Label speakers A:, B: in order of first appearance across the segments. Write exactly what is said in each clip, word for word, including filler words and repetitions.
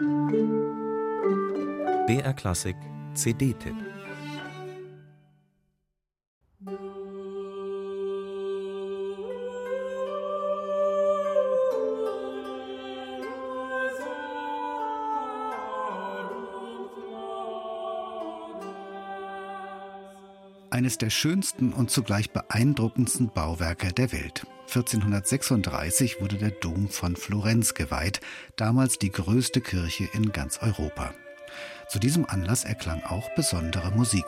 A: B R Klassik C D-Tipp.
B: Eines der schönsten und zugleich beeindruckendsten Bauwerke der Welt. vierzehnhundertsechsunddreißig wurde der Dom von Florenz geweiht, damals die größte Kirche in ganz Europa. Zu diesem Anlass erklang auch besondere Musik.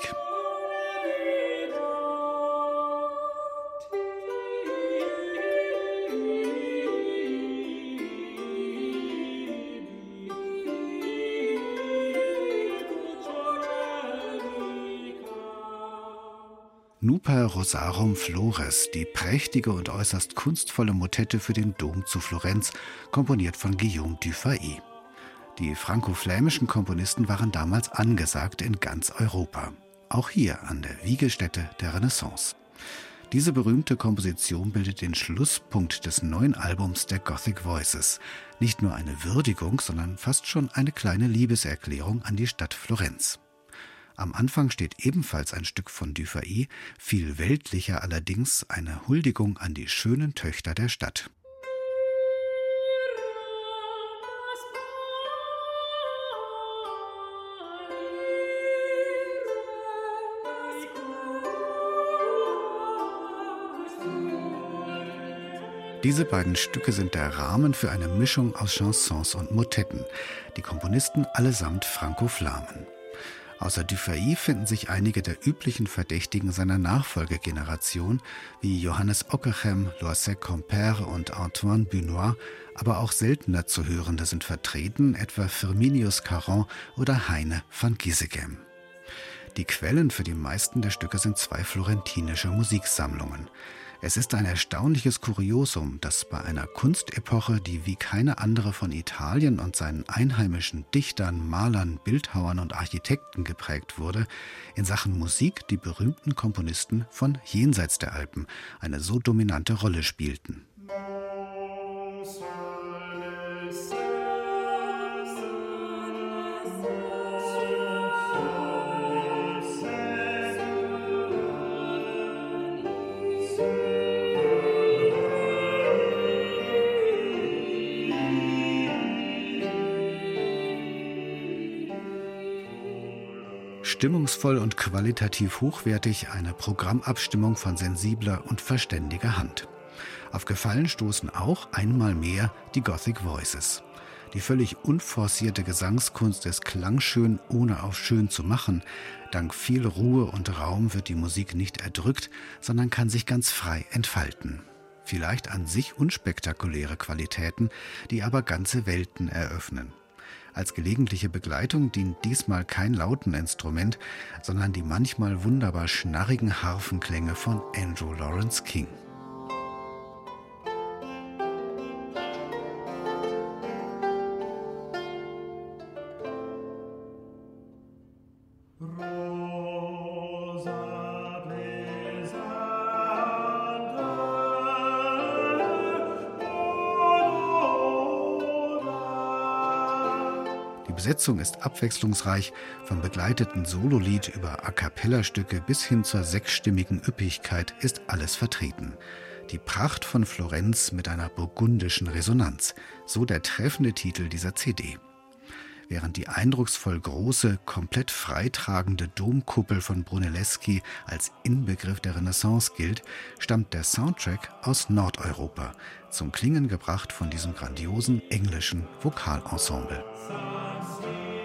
B: Nuper Rosarum Flores, die prächtige und äußerst kunstvolle Motette für den Dom zu Florenz, komponiert von Guillaume Dufay. Die franko-flämischen Komponisten waren damals angesagt in ganz Europa. Auch hier an der Wiegestätte der Renaissance. Diese berühmte Komposition bildet den Schlusspunkt des neuen Albums der Gothic Voices. Nicht nur eine Würdigung, sondern fast schon eine kleine Liebeserklärung an die Stadt Florenz. Am Anfang steht ebenfalls ein Stück von Dufay, viel weltlicher allerdings eine Huldigung an die schönen Töchter der Stadt. Diese beiden Stücke sind der Rahmen für eine Mischung aus Chansons und Motetten, die Komponisten allesamt Franko-Flamen. Außer Dufay finden sich einige der üblichen Verdächtigen seiner Nachfolgegeneration, wie Johannes Ockeghem, Loisec Compère und Antoine Bunois, aber auch seltener zu hörende sind vertreten, etwa Firminius Caron oder Heine van Gisegem. Die Quellen für die meisten der Stücke sind zwei florentinische Musiksammlungen. Es ist ein erstaunliches Kuriosum, dass bei einer Kunstepoche, die wie keine andere von Italien und seinen einheimischen Dichtern, Malern, Bildhauern und Architekten geprägt wurde, in Sachen Musik die berühmten Komponisten von jenseits der Alpen eine so dominante Rolle spielten. Stimmungsvoll und qualitativ hochwertig eine Programmabstimmung von sensibler und verständiger Hand. Auf Gefallen stoßen auch einmal mehr die Gothic Voices. Die völlig unforcierte Gesangskunst ist klangschön, ohne auf schön zu machen. Dank viel Ruhe und Raum wird die Musik nicht erdrückt, sondern kann sich ganz frei entfalten. Vielleicht an sich unspektakuläre Qualitäten, die aber ganze Welten eröffnen. Als gelegentliche Begleitung dient diesmal kein Lauteninstrument, sondern die manchmal wunderbar schnarrigen Harfenklänge von Andrew Lawrence King. Die Besetzung ist abwechslungsreich, vom begleiteten Sololied über A-cappella-Stücke bis hin zur sechsstimmigen Üppigkeit ist alles vertreten. Die Pracht von Florenz mit einer burgundischen Resonanz, so der treffende Titel dieser C D. Während die eindrucksvoll große, komplett freitragende Domkuppel von Brunelleschi als Inbegriff der Renaissance gilt, stammt der Soundtrack aus Nordeuropa, zum Klingen gebracht von diesem grandiosen englischen Vokalensemble.